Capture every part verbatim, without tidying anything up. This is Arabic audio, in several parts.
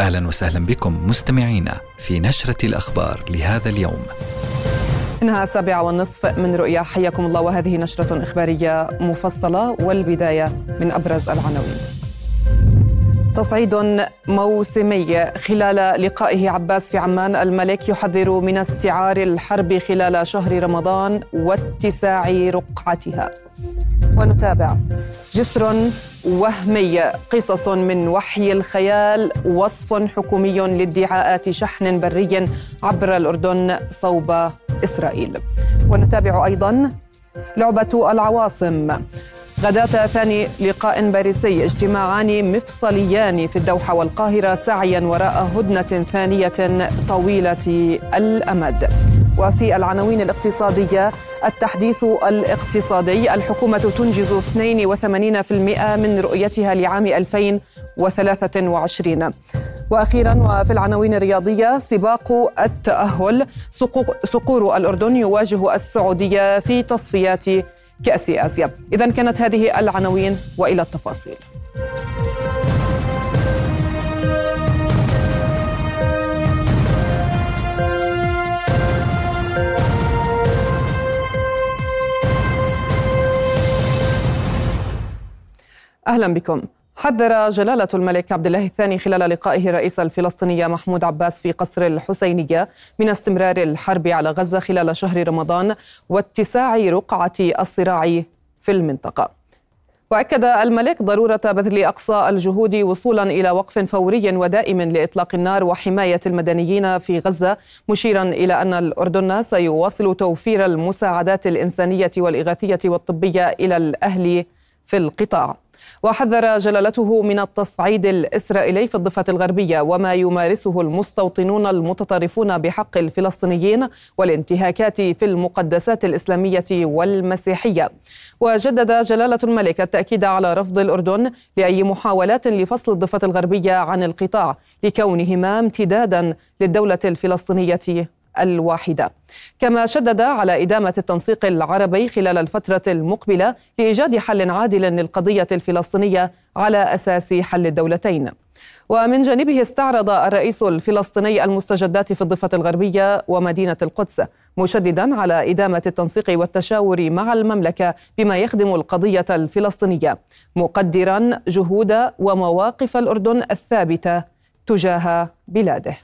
أهلا وسهلا بكم مستمعينا في نشرة الأخبار لهذا اليوم. إنها السابعة والنصف من رؤيا، حياكم الله، وهذه نشرة إخبارية مفصلة، والبداية من أبرز العناوين. تصعيد موسمي. خلال لقائه عباس في عمان، الملك يحذر من استعار الحرب خلال شهر رمضان واتساع رقعتها. ونتابع جسر وهمي، قصص من وحي الخيال، وصف حكومي لادعاءات شحن بري عبر الأردن صوب إسرائيل. ونتابع أيضا لعبة العواصم. غداة ثاني لقاء باريسي، اجتماعان مفصليان في الدوحة والقاهرة سعيا وراء هدنة ثانية طويلة الأمد. وفي العناوين الاقتصادية، التحديث الاقتصادي، الحكومة تنجز اثنين وثمانين بالمئة من رؤيتها لعام ألفين وثلاثة وعشرين. وأخيرا وفي العناوين الرياضية، سباق التأهل، صقور الأردن يواجه السعودية في تصفيات كأس آسيا. إذن كانت هذه العناوين وإلى التفاصيل. أهلا بكم. حذر جلالة الملك عبد الله الثاني خلال لقائه الرئيس الفلسطيني محمود عباس في قصر الحسينية من استمرار الحرب على غزة خلال شهر رمضان واتساع رقعة الصراع في المنطقة. وأكد الملك ضرورة بذل أقصى الجهود وصولا إلى وقف فوري ودائم لإطلاق النار وحماية المدنيين في غزة، مشيرا إلى أن الأردن سيواصل توفير المساعدات الإنسانية والإغاثية والطبية إلى الأهل في القطاع. وحذر جلالته من التصعيد الإسرائيلي في الضفة الغربية وما يمارسه المستوطنون المتطرفون بحق الفلسطينيين والانتهاكات في المقدسات الإسلامية والمسيحية. وجدد جلالة الملك التأكيد على رفض الأردن لأي محاولات لفصل الضفة الغربية عن القطاع لكونهما امتدادا للدولة الفلسطينية الواحدة. كما شدد على إدامة التنسيق العربي خلال الفترة المقبلة لإيجاد حل عادل للقضية الفلسطينية على أساس حل الدولتين. ومن جانبه استعرض الرئيس الفلسطيني المستجدات في الضفة الغربية ومدينة القدس، مشددا على إدامة التنسيق والتشاور مع المملكة بما يخدم القضية الفلسطينية، مقدرا جهود ومواقف الأردن الثابتة تجاه بلاده.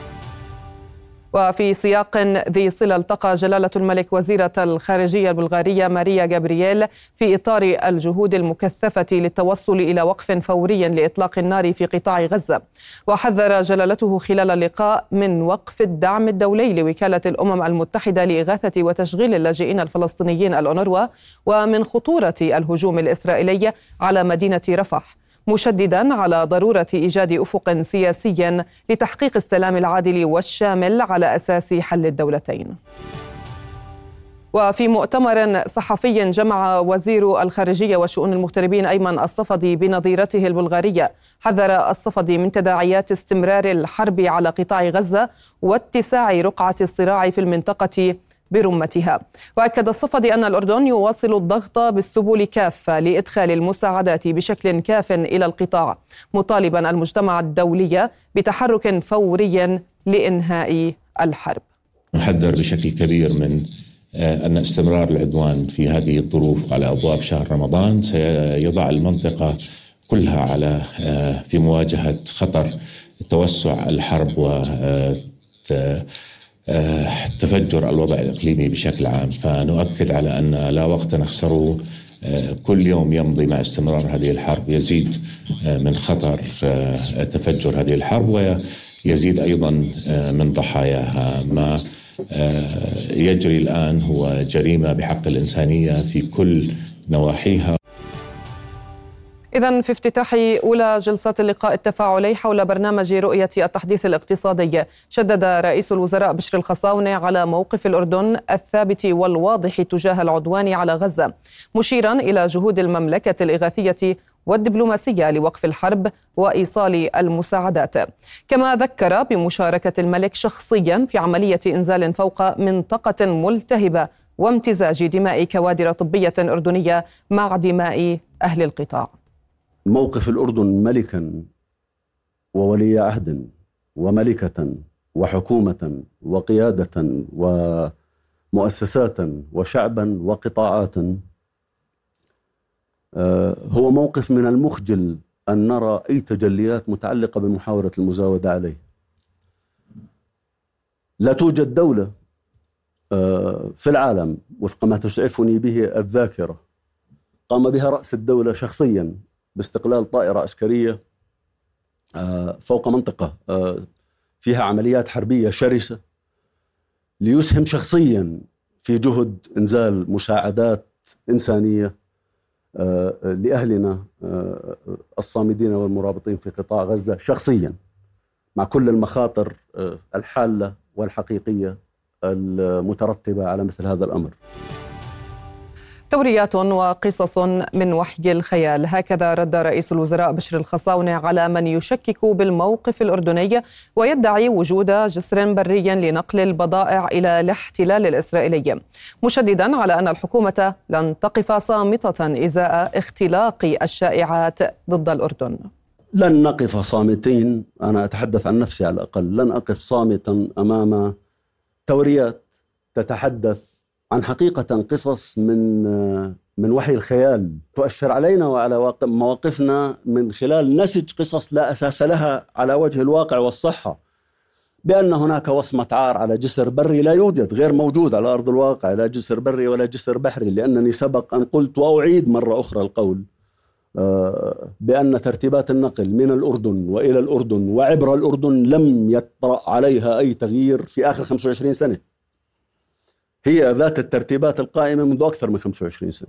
وفي سياق ذي صلة، التقى جلالة الملك وزيرة الخارجية البلغارية ماريا جابرييل في إطار الجهود المكثفة للتوصل إلى وقف فوري لإطلاق النار في قطاع غزة. وحذر جلالته خلال اللقاء من وقف الدعم الدولي لوكالة الأمم المتحدة لإغاثة وتشغيل اللاجئين الفلسطينيين الأونروا ومن خطورة الهجوم الإسرائيلي على مدينة رفح، مشددا على ضرورة إيجاد أفق سياسي لتحقيق السلام العادل والشامل على أساس حل الدولتين. وفي مؤتمر صحفي جمع وزير الخارجية وشؤون المغتربين أيمن الصفدي بنظيرته البلغارية، حذر الصفدي من تداعيات استمرار الحرب على قطاع غزة واتساع رقعة الصراع في المنطقة برمتها. وأكد الصفدي أن الأردن يواصل الضغط بالسبل كافة لإدخال المساعدات بشكل كاف إلى القطاع، مطالبا المجتمع الدولي بتحرك فوري لإنهاء الحرب. نحذر بشكل كبير من أن استمرار العدوان في هذه الظروف على أبواب شهر رمضان سيضع المنطقة كلها على في مواجهة خطر توسع الحرب و تفجر الوضع الإقليمي بشكل عام. فنؤكد على أن لا وقت نخسره، كل يوم يمضي مع استمرار هذه الحرب يزيد من خطر تفجر هذه الحرب ويزيد أيضا من ضحاياها. ما يجري الآن هو جريمة بحق الإنسانية في كل نواحيها. إذن في افتتاح أولى جلسات اللقاء التفاعلي حول برنامج رؤية التحديث الاقتصادي، شدد رئيس الوزراء بشر الخصاونة على موقف الأردن الثابت والواضح تجاه العدوان على غزة، مشيرا إلى جهود المملكة الإغاثية والدبلوماسية لوقف الحرب وإيصال المساعدات. كما ذكر بمشاركة الملك شخصيا في عملية إنزال فوق منطقة ملتهبة وامتزاج دماء كوادر طبية أردنية مع دماء أهل القطاع. موقف الأردن ملكا وولي عهد وملكة وحكومة وقيادة ومؤسسات وشعبا وقطاعات، هو موقف من المخجل أن نرى أي تجليات متعلقة بمحاولة المزاودة عليه. لا توجد دولة في العالم وفق ما تشعفني به الذاكرة قام بها رأس الدولة شخصيا باستقلال طائرة عسكرية فوق منطقة فيها عمليات حربية شرسة ليسهم شخصيا في جهد إنزال مساعدات إنسانية لأهلنا الصامدين والمرابطين في قطاع غزة شخصيا، مع كل المخاطر الحالة والحقيقية المترتبة على مثل هذا الأمر. توريات وقصص من وحي الخيال، هكذا رد رئيس الوزراء بشر الخصاونة على من يشكك بالموقف الأردني ويدعي وجود جسر بري لنقل البضائع إلى الاحتلال الإسرائيلي، مشددا على أن الحكومة لن تقف صامتة إزاء اختلاق الشائعات ضد الأردن. لن نقف صامتين، أنا أتحدث عن نفسي على الأقل، لن أقف صامتا أمام توريات تتحدث عن حقيقة قصص من من وحي الخيال تؤشر علينا وعلى مواقفنا من خلال نسج قصص لا أساس لها على وجه الواقع والصحة، بأن هناك وصمة عار على جسر بري لا يوجد، غير موجود على أرض الواقع، لا جسر بري ولا جسر بحري، لأنني سبق أن قلت وأعيد مرة أخرى القول بأن ترتيبات النقل من الأردن وإلى الأردن وعبر الأردن لم يطرأ عليها أي تغيير في آخر خمسة وعشرين سنة، هي ذات الترتيبات القائمة منذ أكثر من خمسة وعشرين سنة.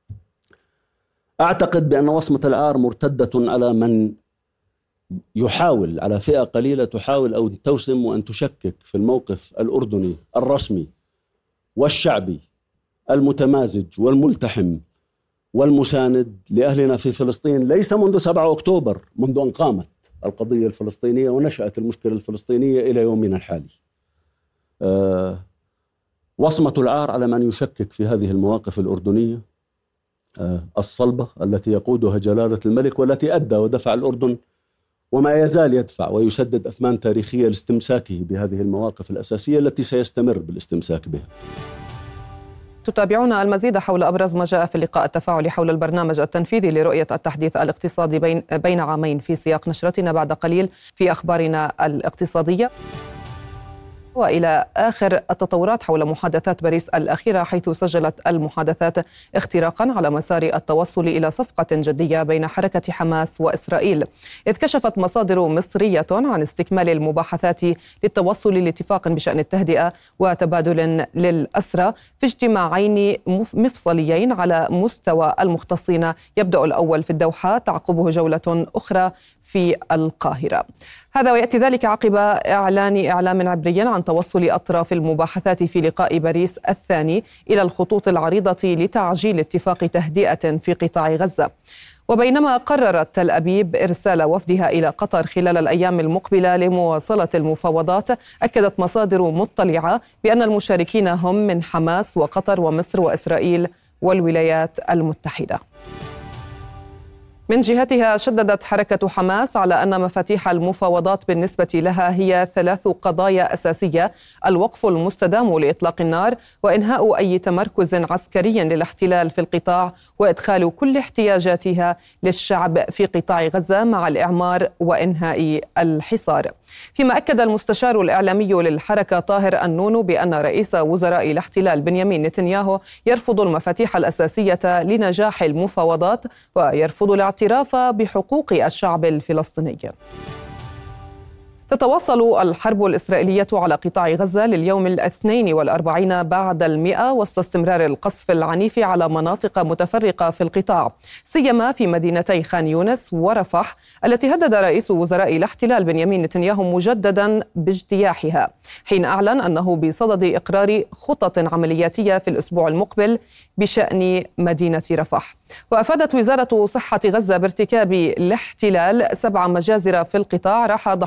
أعتقد بأن وصمة العار مرتدة على من يحاول، على فئة قليلة تحاول أن توسم وأن تشكك في الموقف الأردني الرسمي والشعبي المتمازج والملتحم والمساند لأهلنا في فلسطين، ليس منذ سبعة أكتوبر، منذ أن قامت القضية الفلسطينية ونشأت المشكلة الفلسطينية إلى يومنا الحالي. أه وصمة العار على من يشكك في هذه المواقف الأردنية أه الصلبة التي يقودها جلالة الملك، والتي أدى ودفع الأردن وما يزال يدفع ويسدد أثمان تاريخية لاستمساكه بهذه المواقف الأساسية التي سيستمر بالاستمساك بها. تتابعون المزيد حول أبرز ما جاء في اللقاء التفاعلي حول البرنامج التنفيذي لرؤية التحديث الاقتصادي بين بين عامين في سياق نشرتنا بعد قليل في أخبارنا الاقتصادية. وإلى آخر التطورات حول محادثات باريس الأخيرة، حيث سجلت المحادثات اختراقا على مسار التوصل إلى صفقة جدية بين حركة حماس وإسرائيل، إذ كشفت مصادر مصرية عن استكمال المباحثات للتوصل لاتفاق بشأن التهدئة وتبادل للأسرى في اجتماعين مفصليين على مستوى المختصين، يبدأ الأول في الدوحة تعقبه جولة أخرى في القاهرة. هذا ويأتي ذلك عقب إعلان إعلام عبري عن توصل أطراف المباحثات في لقاء باريس الثاني إلى الخطوط العريضة لتعجيل اتفاق تهدئة في قطاع غزة. وبينما قررت تل أبيب إرسال وفدها إلى قطر خلال الأيام المقبلة لمواصلة المفاوضات، أكدت مصادر مطلعة بأن المشاركين هم من حماس وقطر ومصر وإسرائيل والولايات المتحدة. من جهتها شددت حركة حماس على أن مفاتيح المفاوضات بالنسبة لها هي ثلاث قضايا أساسية: الوقف المستدام لإطلاق النار، وإنهاء أي تمركز عسكري للاحتلال في القطاع، وإدخال كل احتياجاتها للشعب في قطاع غزة مع الإعمار وإنهاء الحصار. فيما أكد المستشار الإعلامي للحركة طاهر النونو بأن رئيس وزراء الاحتلال بنيامين نتنياهو يرفض المفاتيح الأساسية لنجاح المفاوضات ويرفض الاعتراف بحقوق الشعب الفلسطيني. تتواصل الحرب الإسرائيلية على قطاع غزة لليوم الاثنين والأربعين بعد المئة وسط استمرار القصف العنيف على مناطق متفرقة في القطاع، سيما في مدينتي خان يونس ورفح، التي هدد رئيس وزراء الاحتلال بنيامين نتنياهو مجددا باجتياحها، حين أعلن أنه بصدد إقرار خطط عملياتية في الأسبوع المقبل بشأن مدينة رفح. وأفادت وزارة صحة غزة بارتكاب الاحتلال سبع مجازر في القطاع راح ضحيتها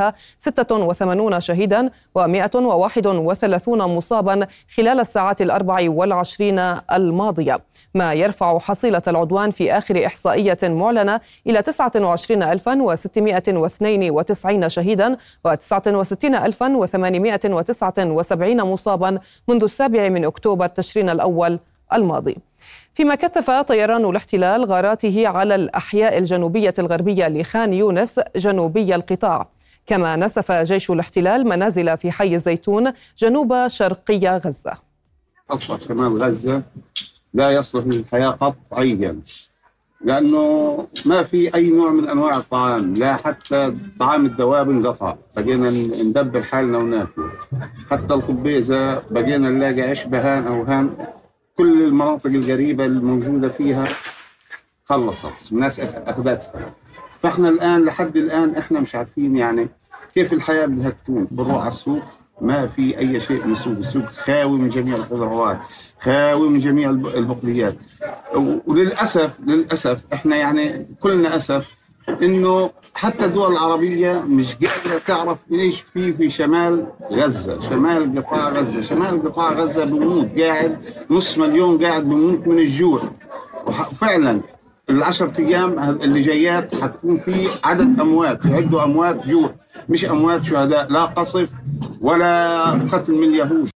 بها ستة وثمانين شهيدا ومئة وواحد وثلاثين مصابا خلال الساعات الأربع والعشرين الماضية، ما يرفع حصيلة العدوان في آخر إحصائية معلنة إلى تسعة وعشرين ألفا وستمئة واثنين وتسعين شهيدا وتسعة وستين ألفا وثمانمئة وتسعة وسبعين مصابا منذ السابع من أكتوبر تشرين الأول الماضي. فيما كثف طيران الاحتلال غاراته على الأحياء الجنوبية الغربية لخان يونس جنوبي القطاع، كما نسف جيش الاحتلال منازل في حي الزيتون جنوب شرقي غزة. أصبح شمال غزة لا يصلح للحياة قطعيا، لأنه ما في أي نوع من أنواع الطعام، لا حتى طعام الدواب انقطع، بقينا ندبر حالنا وناكل، حتى الخبيزة بقينا نلاقي عيش بهان أو هان. كل المناطق القريبة الموجودة فيها خلصت، الناس أخذتها. فإحنا الآن لحد الآن إحنا مش عارفين يعني كيف الحياة بدها تكون. بنروح على السوق ما في أي شيء من السوق، السوق خاوي من جميع الخضروات، خاوي من جميع البقوليات. وللأسف للأسف إحنا يعني كلنا أسف إنه حتى الدول العربية مش قادرة تعرف إيش في في شمال غزة، شمال قطاع غزة، شمال قطاع غزة بموت، قاعد نص مليون قاعد بموت من الجوع. وفعلا العشرة أيام اللي جايات حتكون في عدد أموات، يعدوا أموات جوع، مش أموات شهداء، لا قصف ولا قتل من اليهود.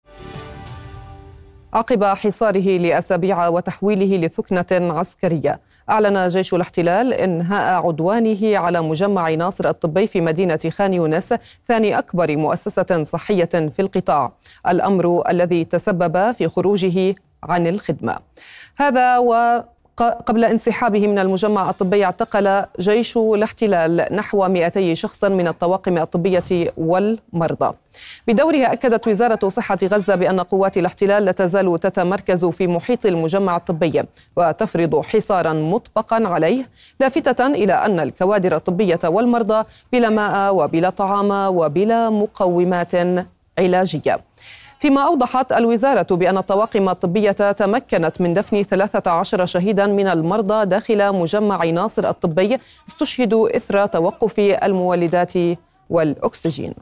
عقب حصاره لأسابيع وتحويله لثكنة عسكرية، أعلن جيش الاحتلال إنهاء عدوانه على مجمع ناصر الطبي في مدينة خان يونس، ثاني أكبر مؤسسة صحية في القطاع، الأمر الذي تسبب في خروجه عن الخدمة. هذا و قبل انسحابه من المجمع الطبي اعتقل جيش الاحتلال نحو مئتي شخص من الطواقم الطبية والمرضى. بدورها أكدت وزارة صحة غزة بأن قوات الاحتلال لا تزال تتمركز في محيط المجمع الطبي وتفرض حصارا مطبقا عليه، لافتة إلى أن الكوادر الطبية والمرضى بلا ماء وبلا طعام وبلا مقومات علاجية. فيما أوضحت الوزارة بأن الطواقم الطبية تمكنت من دفن ثلاثة عشر شهيدا من المرضى داخل مجمع ناصر الطبي استشهدوا إثر توقف المولدات والأكسجين.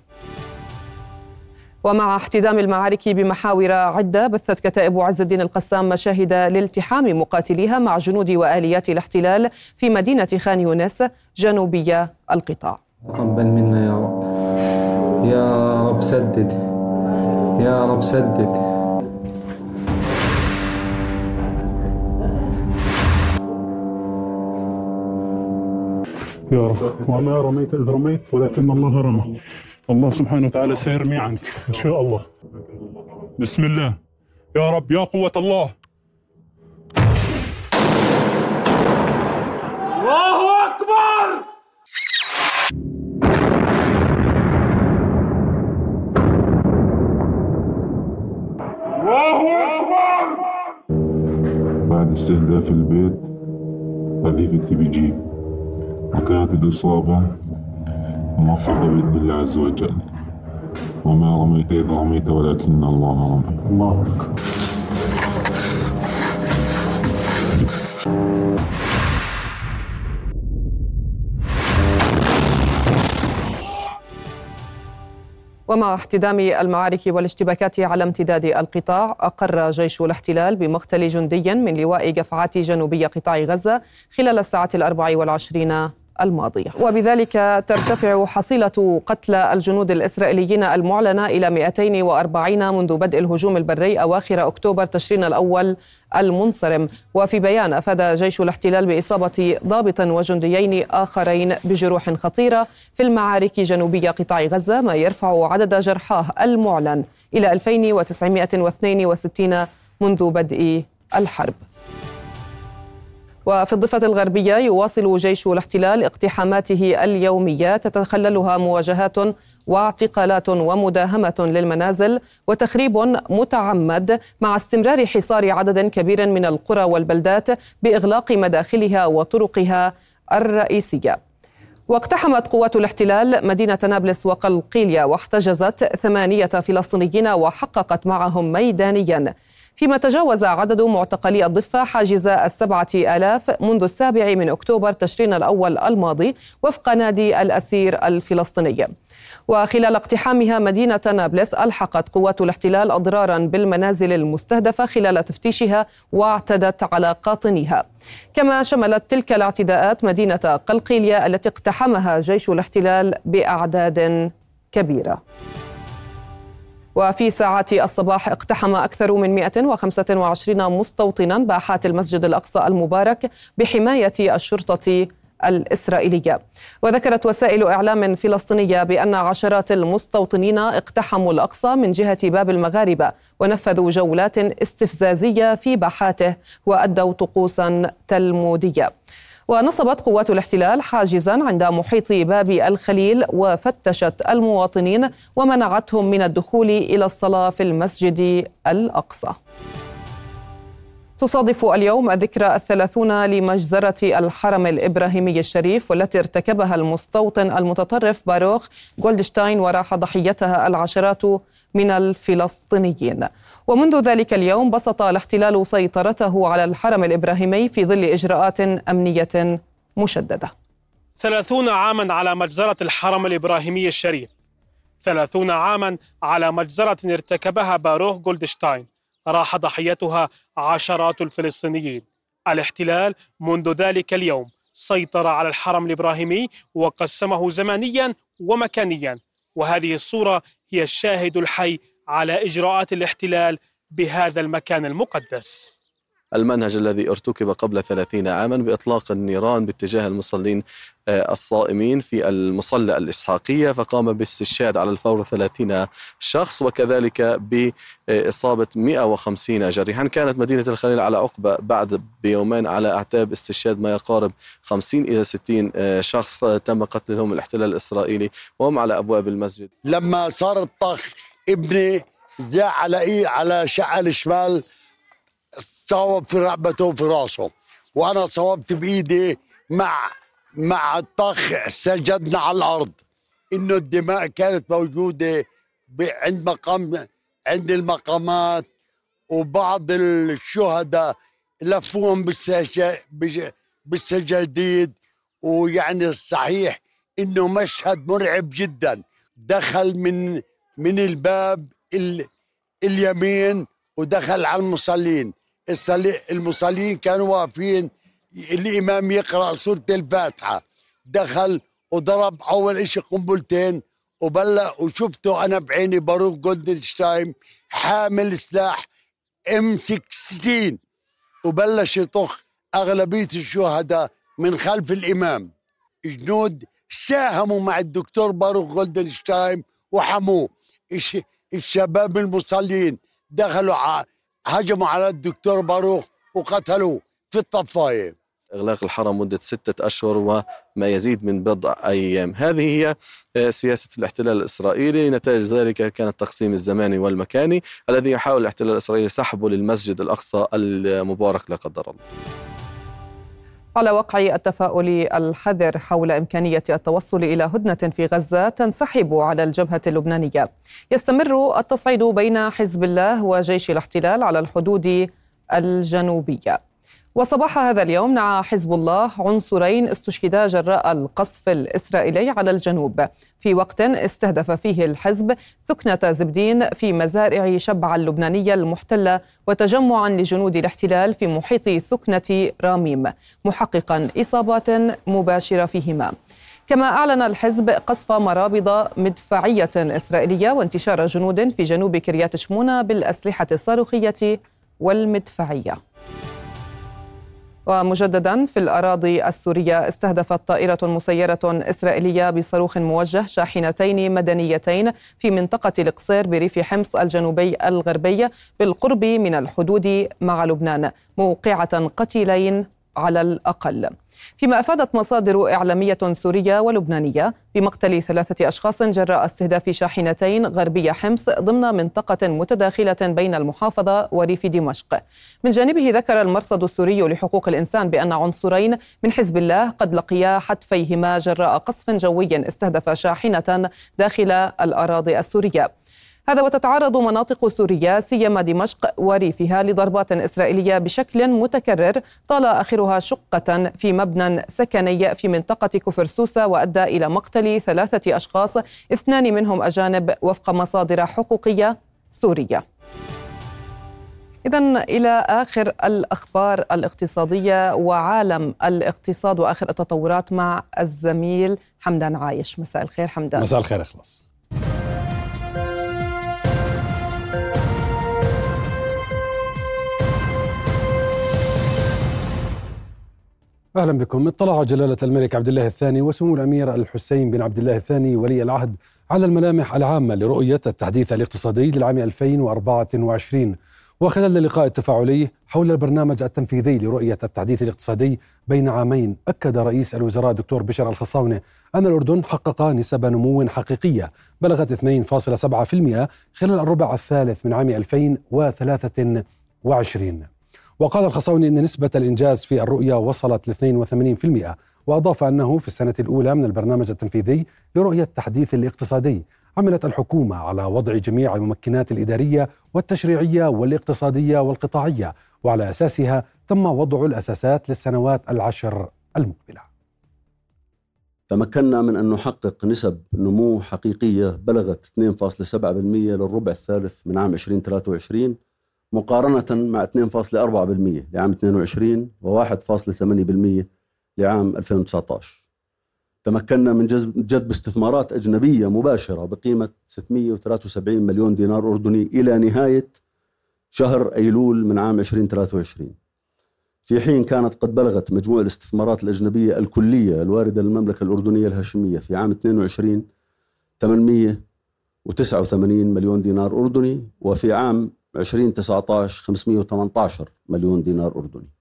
ومع احتدام المعارك بمحاور عدة، بثت كتائب عز الدين القسام مشاهد لالتحام مقاتليها مع جنود وآليات الاحتلال في مدينة خان يونس جنوبي القطاع. تقبل منا يا رب، يا رب سدد، يا رب سدد. يا رب، وما رميت إذ رميت ولكن الله رمى. الله سبحانه وتعالى سيرمي عنك إن شاء الله. بسم الله يا رب، يا قوة الله. الله أكبر. الله أكبر. بعد استهداف البيت قذيفة تي بي جي، وكانت الإصابة موفقة بإذن الله عز وجل. وما رميت إذ رميت ولكن الله رمى. الله أكبر. ومع احتدام المعارك والاشتباكات على امتداد القطاع، أقر جيش الاحتلال بمقتل جندي من لواء قفعات جنوبي قطاع غزة خلال الساعة الأربع والعشرين الماضية، وبذلك ترتفع حصيلة قتل الجنود الإسرائيليين المعلنة إلى مئتين وأربعين منذ بدء الهجوم البري أواخر أكتوبر تشرين الأول المنصرم. وفي بيان أفاد جيش الاحتلال بإصابة ضابط وجنديين آخرين بجروح خطيرة في المعارك جنوبي قطاع غزة، ما يرفع عدد جرحاه المعلن إلى ألفين وتسعمئة واثنين وستين منذ بدء الحرب. وفي الضفة الغربية يواصل جيش الاحتلال اقتحاماته اليومية تتخللها مواجهات واعتقالات ومداهمة للمنازل وتخريب متعمد، مع استمرار حصار عدد كبير من القرى والبلدات بإغلاق مداخلها وطرقها الرئيسية. واقتحمت قوات الاحتلال مدينة نابلس وقلقيلية واحتجزت ثمانية فلسطينيين وحققت معهم ميدانيا. فيما تجاوز عدد معتقلي الضفة حاجز السبعة آلاف منذ السابع من أكتوبر تشرين الأول الماضي وفق نادي الأسير الفلسطيني. وخلال اقتحامها مدينة نابلس ألحقت قوات الاحتلال أضرارا بالمنازل المستهدفة خلال تفتيشها واعتدت على قاطنيها. كما شملت تلك الاعتداءات مدينة قلقيلية التي اقتحمها جيش الاحتلال بأعداد كبيرة. وفي ساعات الصباح اقتحم أكثر من مئة وخمسة وعشرين مستوطنا باحات المسجد الأقصى المبارك بحماية الشرطة الإسرائيلية. وذكرت وسائل إعلام فلسطينية بأن عشرات المستوطنين اقتحموا الأقصى من جهة باب المغاربة ونفذوا جولات استفزازية في باحاته وأدوا طقوسا تلمودية. ونصبت قوات الاحتلال حاجزا عند محيط باب الخليل وفتشت المواطنين ومنعتهم من الدخول إلى الصلاة في المسجد الأقصى. تصادف اليوم الذكرى الثلاثون لمجزرة الحرم الإبراهيمي الشريف والتي ارتكبها المستوطن المتطرف باروخ جولدشتاين وراح ضحيتها العشرات من الفلسطينيين. ومنذ ذلك اليوم بسط الاحتلال سيطرته على الحرم الإبراهيمي في ظل إجراءات أمنية مشددة. ثلاثون عاما على مجزرة الحرم الإبراهيمي الشريف، ثلاثون عاما على مجزرة ارتكبها باروخ جولدشتاين راح ضحيتها عشرات الفلسطينيين. الاحتلال منذ ذلك اليوم سيطر على الحرم الإبراهيمي وقسمه زمانيا ومكانيا، وهذه الصورة هي الشاهد الحي على إجراءات الاحتلال بهذا المكان المقدس. المنهج الذي ارتكب قبل ثلاثين عاما بإطلاق النيران باتجاه المصلين الصائمين في المصلى الإسحاقية، فقام باستشهاد على الفور ثلاثين شخص وكذلك بإصابة مئة وخمسين جريحا. كانت مدينة الخليل على عقبة بعد بيومين على أعتاب استشهاد ما يقارب خمسين إلى ستين شخص تم قتلهم الاحتلال الإسرائيلي وهم على أبواب المسجد. لما صار الطخ ابني جاء على إيه على شقة الشمال صوب في رقبته وفي راسه، وانا صوبت بايدي مع مع الطخ سجدنا على الارض. انه الدماء كانت موجوده عند مقام عند المقامات، وبعض الشهداء لفوهم بالسجاديد. ويعني الصحيح انه مشهد مرعب جدا. دخل من من الباب اليمين ودخل على المصلين. المصلين كانوا واقفين، الإمام يقرأ سورة الفاتحة، دخل وضرب أول إشي قنبلتين وبلغ. وشفته أنا بعيني باروخ جولدشتاين حامل سلاح إم ستة عشر وبلش يطخ أغلبية الشهداء من خلف الإمام. جنود ساهموا مع الدكتور باروخ جولدشتاين وحموه. الشباب المصلين دخلوا ع... هجموا على الدكتور باروخ وقتلوه في الطفاية. إغلاق الحرم مدة ستة أشهر وما يزيد من بضع أيام، هذه هي سياسة الاحتلال الإسرائيلي. نتائج ذلك كان التقسيم الزماني والمكاني الذي يحاول الاحتلال الإسرائيلي سحبه للمسجد الأقصى المبارك لا قدر الله. على وقع التفاؤل الحذر حول إمكانية التوصل إلى هدنة في غزة تنسحب على الجبهة اللبنانية. يستمر التصعيد بين حزب الله وجيش الاحتلال على الحدود الجنوبية. وصباح هذا اليوم نعى حزب الله عنصرين استشهدا جراء القصف الإسرائيلي على الجنوب، في وقت استهدف فيه الحزب ثكنة زبدين في مزارع شبعا اللبنانية المحتلة وتجمعا لجنود الاحتلال في محيط ثكنة راميم، محققا إصابات مباشرة فيهما. كما أعلن الحزب قصف مرابض مدفعية إسرائيلية وانتشار جنود في جنوب كريات شمونة بالأسلحة الصاروخية والمدفعية. ومجددا في الأراضي السورية استهدفت طائرة مسيرة إسرائيلية بصاروخ موجه شاحنتين مدنيتين في منطقة القصير بريف حمص الجنوبي الغربي بالقرب من الحدود مع لبنان، موقعة قتيلين على الأقل. فيما أفادت مصادر إعلامية سورية ولبنانية بمقتل ثلاثة أشخاص جراء استهداف شاحنتين غربي حمص ضمن منطقة متداخلة بين المحافظة وريف دمشق. من جانبه ذكر المرصد السوري لحقوق الإنسان بأن عنصرين من حزب الله قد لقيا حتفيهما جراء قصف جوي استهدف شاحنة داخل الأراضي السورية. هذا وتتعرض مناطق سوريا سيما دمشق وريفها لضربات إسرائيلية بشكل متكرر، طال آخرها شقة في مبنى سكني في منطقة كفر سوسة وأدى إلى مقتل ثلاثة أشخاص، اثنان منهم أجانب وفق مصادر حقوقية سورية. إذن إلى آخر الأخبار الاقتصادية وعالم الاقتصاد وآخر التطورات مع الزميل حمدان عايش. مساء الخير حمدان. مساء الخير إخلاص. أهلا بكم. اطلع جلالة الملك عبد الله الثاني وسمو الأمير الحسين بن عبد الله الثاني ولي العهد على الملامح العامة لرؤية التحديث الاقتصادي للعام ألفين وأربعة وعشرين. وخلال اللقاء التفاعلي حول البرنامج التنفيذي لرؤية التحديث الاقتصادي بين عامين، أكد رئيس الوزراء دكتور بشر الخصاونة أن الأردن حقق نسب نمو حقيقية بلغت اثنين فاصلة سبعة بالمئة خلال الربع الثالث من عام ألفين وثلاثة وعشرين. وقال الخصاونة أن نسبة الإنجاز في الرؤية وصلت ل اثنين وثمانين بالمئة، وأضاف أنه في السنة الأولى من البرنامج التنفيذي لرؤية التحديث الاقتصادي عملت الحكومة على وضع جميع الممكنات الإدارية والتشريعية والاقتصادية والقطاعية، وعلى أساسها تم وضع الأساسات للسنوات العشر المقبلة. تمكنا من أن نحقق نسب نمو حقيقية بلغت اثنين فاصلة سبعة بالمئة للربع الثالث من عام ألفين وثلاثة وعشرين مقارنة مع اثنين فاصلة أربعة بالمئة لعام اثنين وعشرين و واحد فاصلة ثمانية بالمئة لعام ألفين وتسعة عشر. تمكنا من جذب جذب استثمارات أجنبية مباشرة بقيمة ستمئة وثلاثة وسبعين مليون دينار أردني إلى نهاية شهر أيلول من عام ألفين وثلاثة وعشرين، في حين كانت قد بلغت مجموع الاستثمارات الأجنبية الكلية الواردة للمملكة الأردنية الهاشمية في عام اثنين وعشرين ثمانمئة وتسعة وثمانين مليون دينار أردني، وفي عام ألفين وتسعة عشر خمسمئة وثمانية عشر مليون دينار أردني.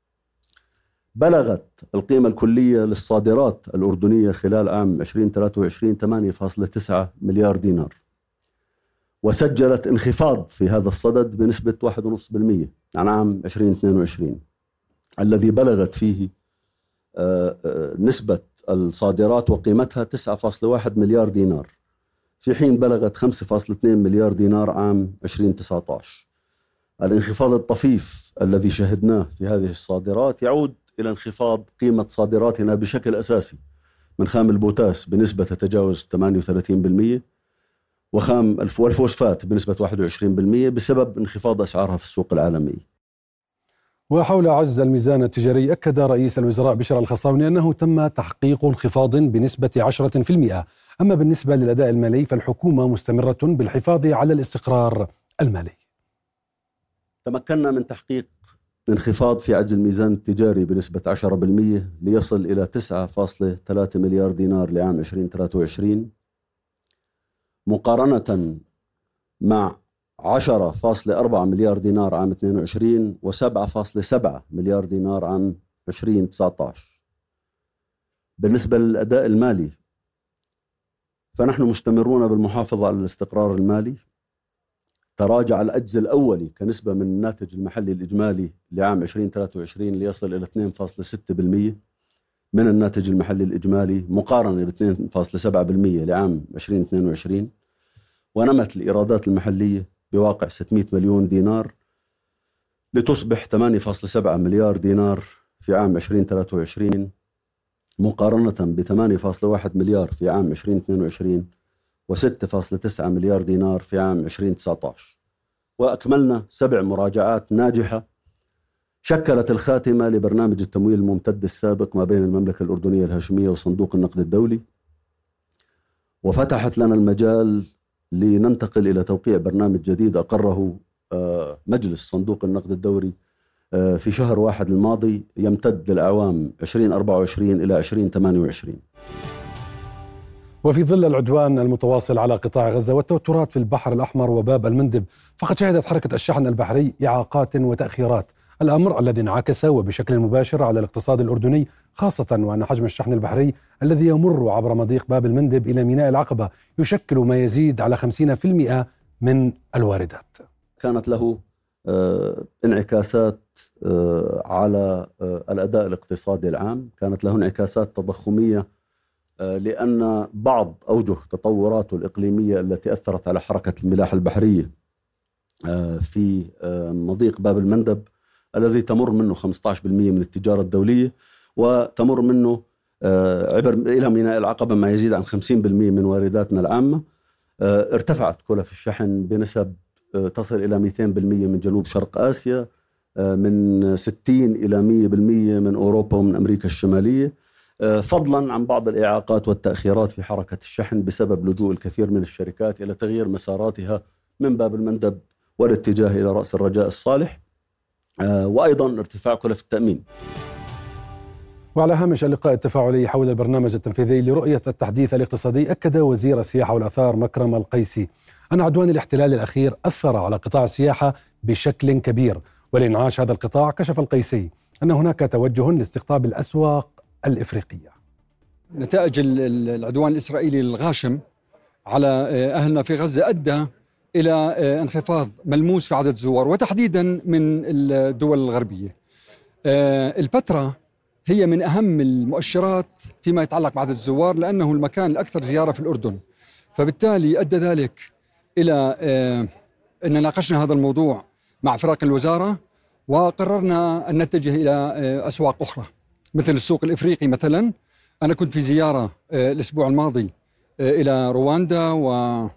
بلغت القيمة الكلية للصادرات الأردنية خلال عام ألفين وثلاثة وعشرين ثمانية فاصلة تسعة مليار دينار، وسجلت انخفاض في هذا الصدد بنسبة واحد فاصلة خمسة بالمئة عن عام ألفين واثنين وعشرين الذي بلغت فيه نسبة الصادرات وقيمتها تسعة فاصلة واحد مليار دينار، في حين بلغت خمسة فاصلة اثنين مليار دينار عام ألفين وتسعة عشر. الانخفاض الطفيف الذي شهدناه في هذه الصادرات يعود إلى انخفاض قيمة صادراتنا بشكل أساسي من خام البوتاس بنسبة تتجاوز ثمانية وثلاثين بالمئة وخام والفوسفات بنسبة واحد وعشرين بالمئة بسبب انخفاض أسعارها في السوق العالمية. وحول عجز الميزان التجاري، أكد رئيس الوزراء بشر الخصاونة أنه تم تحقيق انخفاض بنسبة عشرة بالمئة. أما بالنسبة للأداء المالي فالحكومة مستمرة بالحفاظ على الاستقرار المالي. تمكنا من تحقيق انخفاض في عجز الميزان التجاري بنسبة عشرة بالمئة ليصل إلى تسعة فاصلة ثلاثة مليار دينار لعام ألفين وثلاثة وعشرين، مقارنة مع عشرة فاصلة أربعة مليار دينار عام اثنين وعشرين و سبعة فاصلة سبعة مليار دينار عام ألفين وتسعة عشر. بالنسبة للأداء المالي فنحن مستمرون بالمحافظة على الاستقرار المالي. تراجع العجز الأولي كنسبة من الناتج المحلي الإجمالي لعام ألفين وثلاثة وعشرين ليصل إلى اثنين فاصلة ستة بالمئة من الناتج المحلي الإجمالي مقارنة ب اثنين فاصلة سبعة بالمئة لعام ألفين واثنين وعشرين، ونمت الإيرادات المحلية بواقع ستمئة مليون دينار لتصبح ثمانية فاصلة سبعة مليار دينار في عام ألفين وثلاثة وعشرين مقارنة ب ثمانية فاصلة واحد مليار في عام ألفين واثنين وعشرين وستة فاصلة تسعة مليار دينار في عام ألفين وتسعة عشر. وأكملنا سبع مراجعات ناجحة شكلت الخاتمة لبرنامج التمويل الممتد السابق ما بين المملكة الأردنية الهاشمية وصندوق النقد الدولي، وفتحت لنا المجال لننتقل إلى توقيع برنامج جديد أقره مجلس صندوق النقد الدولي في شهر واحد الماضي يمتد للأعوام ألفين وأربعة وعشرين إلى ألفين وثمانية وعشرين. وفي ظل العدوان المتواصل على قطاع غزة والتوترات في البحر الأحمر وباب المندب، فقد شهدت حركة الشحن البحري إعاقات وتأخيرات، الأمر الذي انعكس وبشكل مباشر على الاقتصاد الأردني، خاصة وأن حجم الشحن البحري الذي يمر عبر مضيق باب المندب إلى ميناء العقبة يشكل ما يزيد على خمسين بالمئة من الواردات. كانت له انعكاسات على الأداء الاقتصادي العام، كانت له انعكاسات تضخمية لأن بعض أوجه تطوراته الإقليمية التي أثرت على حركة الملاحة البحرية في مضيق باب المندب الذي تمر منه خمسة عشر بالمئة من التجارة الدولية، وتمر منه عبر إلى ميناء العقبة ما يزيد عن خمسين بالمئة من وارداتنا العامة. ارتفعت كلف الشحن بنسب تصل إلى مئتين بالمئة من جنوب شرق آسيا، من ستين إلى مئة بالمئة من أوروبا ومن أمريكا الشمالية، فضلا عن بعض الإعاقات والتأخيرات في حركة الشحن بسبب لجوء الكثير من الشركات إلى تغيير مساراتها من باب المندب والاتجاه إلى رأس الرجاء الصالح، وأيضا ارتفاع كلف التأمين. وعلى هامش اللقاء التفاعلي حول البرنامج التنفيذي لرؤية التحديث الاقتصادي، أكد وزير السياحة والآثار مكرم القيسي أن عدوان الاحتلال الأخير أثر على قطاع السياحة بشكل كبير، ولإنعاش هذا القطاع كشف القيسي أن هناك توجه لاستقطاب الأسواق الإفريقية. نتائج العدوان الإسرائيلي الغاشم على أهلنا في غزة أدى إلى انخفاض ملموس في عدد الزوار، وتحديدا من الدول الغربية. البتراء هي من أهم المؤشرات فيما يتعلق بعدد الزوار، لأنه المكان الأكثر زيارة في الأردن، فبالتالي أدى ذلك إلى أن ناقشنا هذا الموضوع مع فرق الوزارة، وقررنا أن نتجه إلى أسواق أخرى مثل السوق الإفريقي. مثلا أنا كنت في زيارة الأسبوع الماضي إلى رواندا وإلى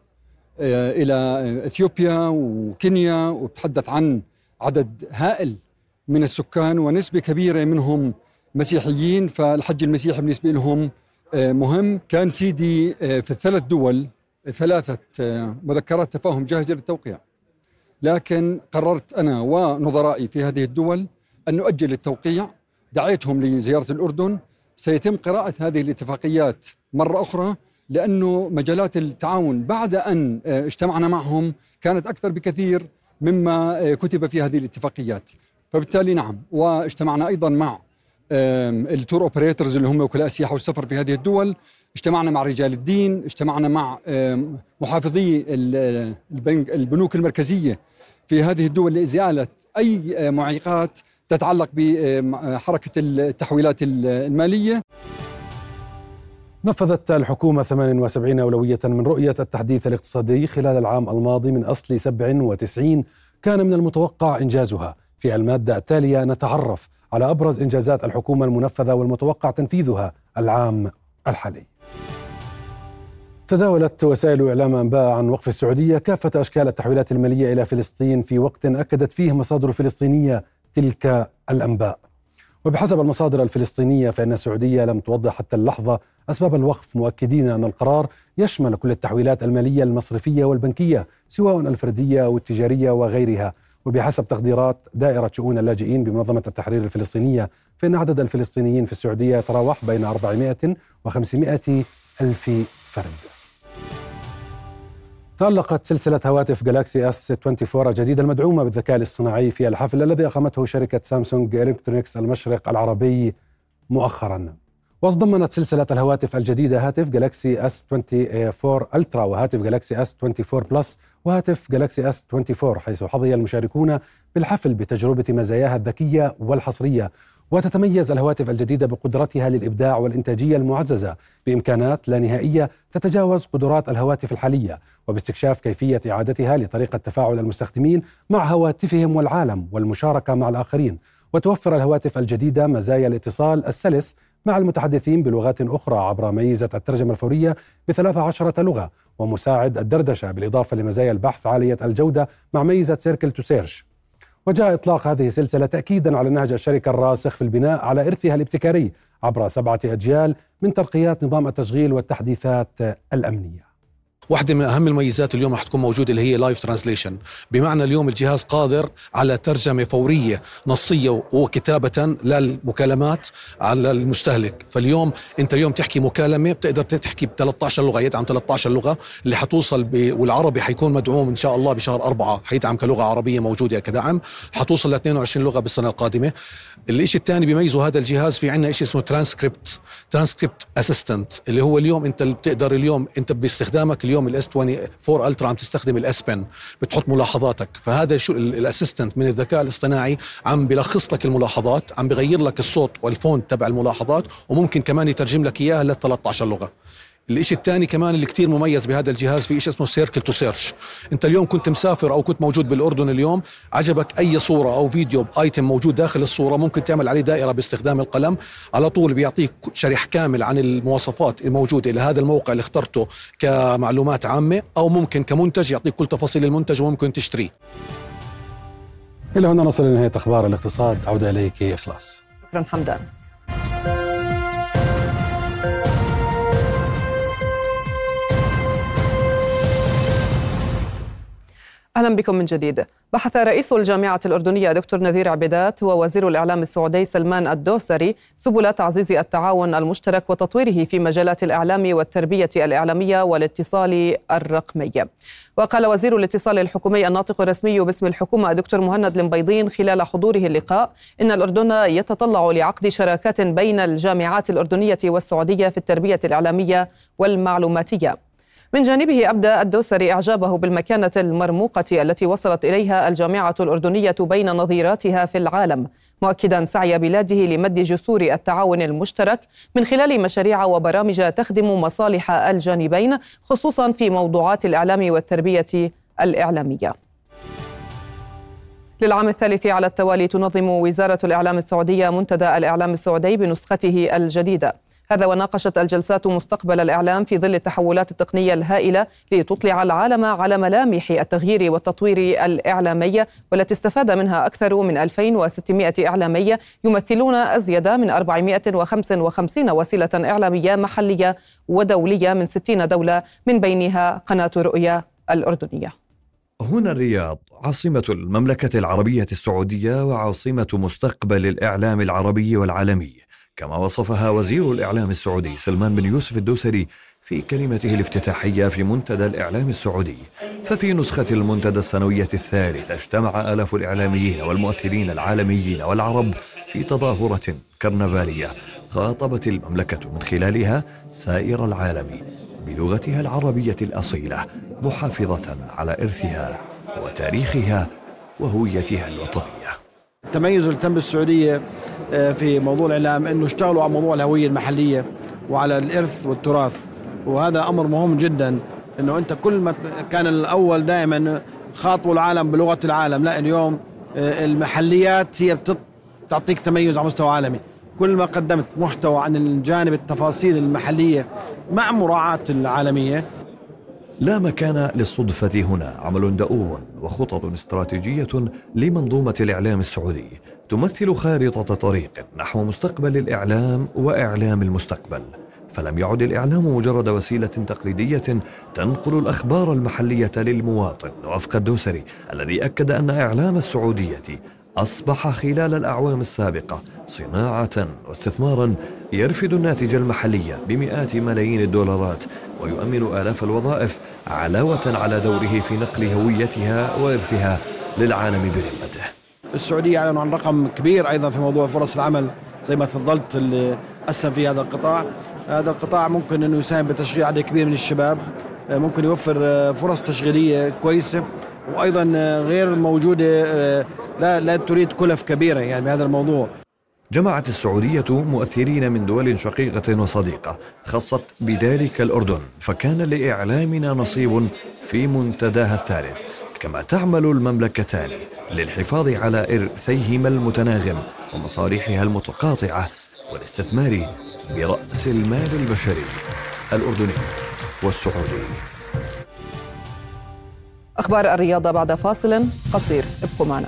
إثيوبيا وكينيا، وبتحدث عن عدد هائل من السكان ونسبة كبيرة منهم مسيحيين، فالحج المسيحي بالنسبة لهم مهم. كان سيدي في الثلاث دول ثلاثة مذكرات تفاهم جاهزة للتوقيع، لكن قررت أنا ونظرائي في هذه الدول أن نؤجل التوقيع. دعيتهم لزيارة الأردن، سيتم قراءة هذه الاتفاقيات مرة أخرى، لأنه مجالات التعاون بعد أن اجتمعنا معهم كانت أكثر بكثير مما كتب في هذه الاتفاقيات. فبالتالي نعم، واجتمعنا أيضا مع التور اوبريتورز اللي هم وكلاء السياحة والسفر في هذه الدول، اجتمعنا مع رجال الدين، اجتمعنا مع محافظي البنوك المركزية في هذه الدول لإزالة أي معيقات تتعلق بحركة التحويلات المالية. نفذت الحكومة ثمانية وسبعين أولوية من رؤية التحديث الاقتصادي خلال العام الماضي من أصل سبعة وتسعين كان من المتوقع إنجازها. في المادة التالية نتعرف على أبرز إنجازات الحكومة المنفذة والمتوقع تنفيذها العام الحالي. تداولت وسائل إعلام أنباء عن وقف السعودية كافة أشكال التحويلات المالية إلى فلسطين في وقت أكدت فيه مصادر فلسطينية تلك الأنباء. وبحسب المصادر الفلسطينية فإن السعودية لم توضح حتى اللحظة أسباب الوقف، مؤكدين أن القرار يشمل كل التحويلات المالية المصرفية والبنكية سواء الفردية أو التجارية وغيرها. وبحسب تقديرات دائرة شؤون اللاجئين بمنظمة التحرير الفلسطينية فإن عدد الفلسطينيين في السعودية يتراوح بين أربعمائة وخمسمائة ألف فرد. تألقت سلسلة هواتف جالاكسي اس أربعة وعشرين الجديدة المدعومة بالذكاء الاصطناعي في الحفل الذي أقامته شركة سامسونج إلكترونيكس المشرق العربي مؤخرا. وتضمنت سلسلة الهواتف الجديدة هاتف جالاكسي اس أربعة وعشرين ألترا وهاتف جالاكسي اس أربعة وعشرين بلس وهاتف جالاكسي اس أربعة وعشرين، حيث حظي المشاركون بالحفل بتجربة مزاياها الذكية والحصرية. وتتميز الهواتف الجديدة بقدرتها للإبداع والإنتاجية المعززة بإمكانات لا نهائية تتجاوز قدرات الهواتف الحالية، وباستكشاف كيفية إعادتها لطريقة تفاعل المستخدمين مع هواتفهم والعالم والمشاركة مع الآخرين. وتوفر الهواتف الجديدة مزايا الاتصال السلس مع المتحدثين بلغات أخرى عبر ميزة الترجمة الفورية بثلاث عشرة لغة، ومساعد الدردشة بالإضافة لمزايا البحث عالية الجودة مع ميزة سيركل تو سيرش. وجاء إطلاق هذه السلسلة تأكيدا على نهج الشركة الراسخ في البناء على إرثها الابتكاري عبر سبعة أجيال من ترقيات نظام التشغيل والتحديثات الأمنية. واحدة من أهم المميزات اليوم رح تكون موجودة اللي هي لايف ترانسليشن، بمعنى اليوم الجهاز قادر على ترجمة فورية نصية وكتابة للمكالمات على المستهلك. فاليوم أنت اليوم تحكي مكالمة بتقدر تحكي ب ثلاث عشرة لغة، يدعم ثلاث عشرة لغة اللي حتوصل ب... والعربي حيكون مدعوم إن شاء الله بشهر أربعة، حيدعم كلغة عربية موجودة كدعم، حتوصل ل اثنين وعشرين لغة بالسنة القادمة. الإشي الثاني بيميزه هذا الجهاز في عنا إشي اسمه ترانسكريبت ترانسكريبت أسيستنت، اللي هو اليوم أنت اللي بتقدر اليوم أنت باستخدامك اليوم اليوم الاس أربعة وعشرين الترا عم تستخدم الاس بن، بتحط ملاحظاتك، فهذا شو الاسيستنت من الذكاء الاصطناعي عم بلخص لك الملاحظات، عم بغير لك الصوت والفون تبع الملاحظات، وممكن كمان يترجم لك اياها ل ثلاثة عشر لغه. الاشي الثاني كمان اللي كتير مميز بهذا الجهاز في شيء اسمه سيركل تو سيرش. انت اليوم كنت مسافر او كنت موجود بالاردن اليوم، عجبك اي صوره او فيديو بايتم موجود داخل الصوره، ممكن تعمل عليه دائره باستخدام القلم، على طول بيعطيك شرح كامل عن المواصفات الموجوده لهذا الموقع اللي اخترته كمعلومات عامه، او ممكن كمنتج يعطيك كل تفاصيل المنتج وممكن تشتريه. الى هنا نصل لنهايه اخبار الاقتصاد. عوده اليك إخلاص. شكرا حمدان. أهلا بكم من جديد. بحث رئيس الجامعة الأردنية دكتور نذير عبيدات ووزير الإعلام السعودي سلمان الدوسري سبل تعزيز التعاون المشترك وتطويره في مجالات الإعلام والتربية الإعلامية والاتصال الرقمي. وقال وزير الاتصال الحكومي الناطق الرسمي باسم الحكومة دكتور مهند المبيضين خلال حضوره اللقاء إن الأردن يتطلع لعقد شراكات بين الجامعات الأردنية والسعودية في التربية الإعلامية والمعلوماتية. من جانبه أبدى الدوسري إعجابه بالمكانة المرموقة التي وصلت إليها الجامعة الأردنية بين نظيراتها في العالم، مؤكدا سعي بلاده لمد جسور التعاون المشترك من خلال مشاريع وبرامج تخدم مصالح الجانبين، خصوصا في موضوعات الإعلام والتربية الإعلامية. للعام الثالث على التوالي تنظم وزارة الإعلام السعودية منتدى الإعلام السعودي بنسخته الجديدة. هذا وناقشت الجلسات مستقبل الإعلام في ظل التحولات التقنية الهائلة لتطلع العالم على ملامح التغيير والتطوير الإعلامي، والتي استفاد منها أكثر من ألفين وستمائة إعلامي يمثلون أزيد من أربعمائة وخمسة وخمسين وسيلة إعلامية محلية ودولية من ستين دولة، من بينها قناة رؤيا الأردنية. هنا الرياض عاصمة المملكة العربية السعودية وعاصمة مستقبل الإعلام العربي والعالمي، كما وصفها وزير الإعلام السعودي سلمان بن يوسف الدوسري في كلمته الافتتاحية في منتدى الإعلام السعودي. ففي نسخة المنتدى السنوية الثالثة اجتمع آلاف الإعلاميين والمؤثرين العالميين والعرب في تظاهرة كرنفالية خاطبت المملكة من خلالها سائر العالم بلغتها العربية الأصيلة، محافظة على إرثها وتاريخها وهويتها الوطنية. التميز اللي تم بالسعودية في موضوع الإعلام أنه اشتغلوا على موضوع الهوية المحلية وعلى الإرث والتراث، وهذا أمر مهم جدا. أنه أنت كل ما كان الأول دائما خاطبوا العالم بلغة العالم، لا اليوم المحليات هي بتعطيك تميز على مستوى عالمي. كل ما قدمت محتوى عن الجانب التفاصيل المحلية مع مراعاة العالمية. لا مكان للصدفة هنا، عمل دؤوب وخطط استراتيجية لمنظومة الإعلام السعودي تمثل خارطة طريق نحو مستقبل الإعلام وإعلام المستقبل. فلم يعد الإعلام مجرد وسيلة تقليدية تنقل الأخبار المحلية للمواطن، وفق الدوسري الذي أكد أن إعلام السعودية أصبح خلال الأعوام السابقة صناعة واستثمارا يرفد الناتج المحلي بمئات ملايين الدولارات ويؤمن آلاف الوظائف، علاوة على دوره في نقل هويتها وإرثها للعالم برمته. السعودية أعلنوا عن رقم كبير أيضا في موضوع فرص العمل زي ما تفضلت اللي أسهم في هذا القطاع. هذا القطاع ممكن أنه يساهم بتشغيل عدد كبير من الشباب، ممكن يوفر فرص تشغيلية كويسة، وأيضا غير موجودة لا لا تريد كلف كبيرة يعني بهذا الموضوع. جمعت السعودية مؤثرين من دول شقيقة وصديقة، خصت بذلك الأردن، فكان لإعلامنا نصيب في منتداها الثالث، كما تعمل المملكتان للحفاظ على إرثيهما المتناغم ومصالحها المتقاطعة والاستثمار برأس المال البشري الأردني والسعودي. أخبار الرياضة بعد فاصل قصير، ابقوا معنا.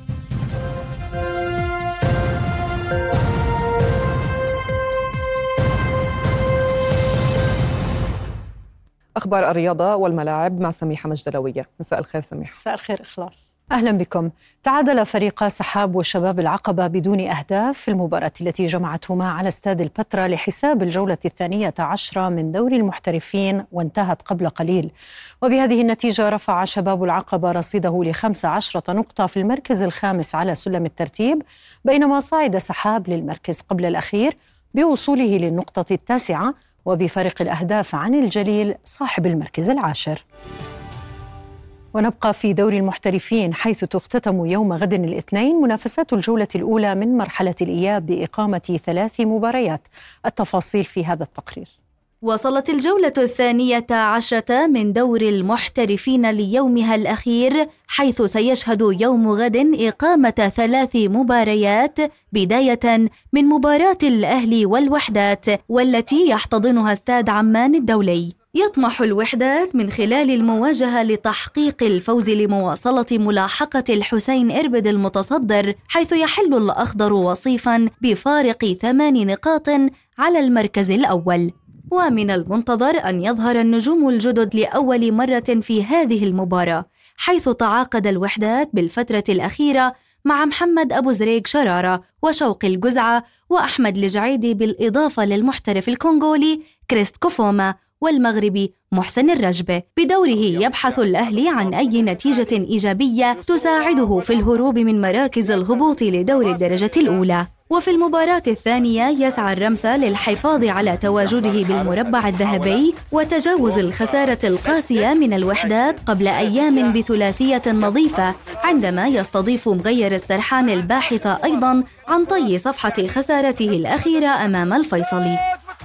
أخبار الرياضة والملاعب مع سميحة مجدلوية. مساء الخير سميحة. مساء الخير إخلاص. أهلا بكم. تعادل فريق سحاب وشباب العقبة بدون أهداف في المباراة التي جمعتهما على استاد البتراء لحساب الجولة الثانية عشرة من دوري المحترفين وانتهت قبل قليل. وبهذه النتيجة رفع شباب العقبة رصيده لخمس عشرة نقطة في المركز الخامس على سلم الترتيب، بينما صعد سحاب للمركز قبل الأخير بوصوله للنقطة التاسعة وبفارق الأهداف عن الجليل صاحب المركز العاشر. ونبقى في دوري المحترفين، حيث تختتم يوم غد الاثنين منافسات الجولة الأولى من مرحلة الإياب بإقامة ثلاث مباريات. التفاصيل في هذا التقرير. وصلت الجولة الثانية عشرة من دور المحترفين ليومها الأخير، حيث سيشهد يوم غد إقامة ثلاث مباريات، بداية من مباراة الأهلي والوحدات والتي يحتضنها استاد عمان الدولي. يطمح الوحدات من خلال المواجهة لتحقيق الفوز لمواصلة ملاحقة الحسين إربد المتصدر، حيث يحل الأخضر وصيفاً بفارق ثمان نقاط على المركز الأول. ومن المنتظر أن يظهر النجوم الجدد لأول مرة في هذه المباراة، حيث تعاقد الوحدات بالفترة الأخيرة مع محمد أبو زريق شرارة وشوقي الجزعة وأحمد الجعيدي، بالإضافة للمحترف الكونغولي كريست كوفوما والمغربي محسن الرجبة. بدوره يبحث الأهلي عن أي نتيجة إيجابية تساعده في الهروب من مراكز الهبوط لدور الدرجة الأولى. وفي المباراة الثانية يسعى الرمثة للحفاظ على تواجده بالمربع الذهبي وتجاوز الخسارة القاسية من الوحدات قبل أيام بثلاثية نظيفة، عندما يستضيف مغير السرحان الباحث أيضاً عن طي صفحة خسارته الأخيرة أمام الفيصلي.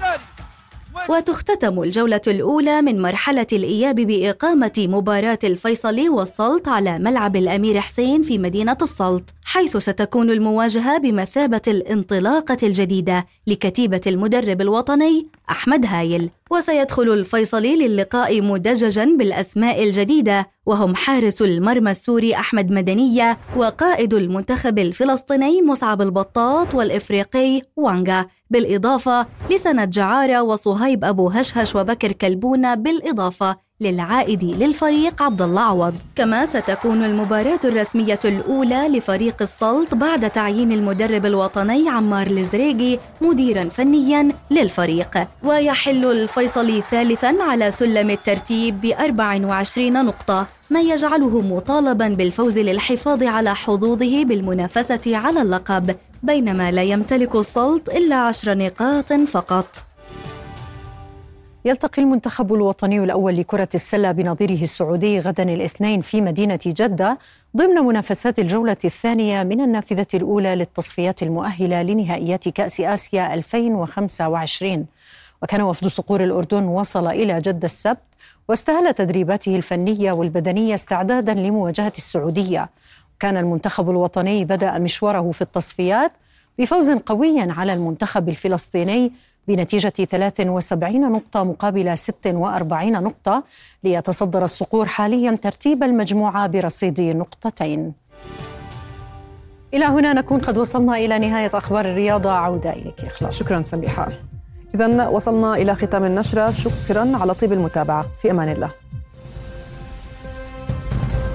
وتختتم الجولة الأولى من مرحلة الإياب بإقامة مباراة الفيصلي والسلط على ملعب الأمير حسين في مدينة السلط، حيث ستكون المواجهة بمثابة الانطلاقة الجديدة لكتيبة المدرب الوطني أحمد هايل. وسيدخل الفيصلي للقاء مدججاً بالأسماء الجديدة، وهم حارس المرمى السوري أحمد مدنية، وقائد المنتخب الفلسطيني مصعب البطاط، والإفريقي وانغا، بالإضافة لسند جعارة وصهيب أبو هشهش وبكر كلبونة، بالإضافة للعائد للفريق عبد الله عوض. كما ستكون المباراة الرسمية الأولى لفريق السلط بعد تعيين المدرب الوطني عمار الزريقي مديراً فنياً للفريق. ويحل الفيصلي ثالثاً على سلم الترتيب بأربع وعشرين نقطة، ما يجعله مطالباً بالفوز للحفاظ على حظوظه بالمنافسة على اللقب، بينما لا يمتلك السلط إلا عشر نقاط فقط. يلتقي المنتخب الوطني الأول لكرة السلة بنظيره السعودي غدا الاثنين في مدينة جدة ضمن منافسات الجولة الثانية من النافذة الأولى للتصفيات المؤهلة لنهائيات كأس آسيا ألفين وخمسة وعشرين. وكان وفد صقور الأردن وصل إلى جدة السبت واستهل تدريباته الفنية والبدنية استعدادا لمواجهة السعودية. كان المنتخب الوطني بدأ مشواره في التصفيات بفوز قوي على المنتخب الفلسطيني بنتيجة ثلاث وسبعين نقطة مقابل ست وأربعين نقطة، ليتصدر الصقور حاليا ترتيب المجموعة برصيد نقطتين. إلى هنا نكون قد وصلنا إلى نهاية أخبار الرياضة. عودة إليك إخلاص. شكرا سميحة. إذن وصلنا إلى ختام النشرة، شكرا على طيب المتابعة، في أمان الله.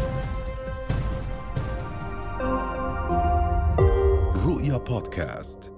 رؤيا بودكاست.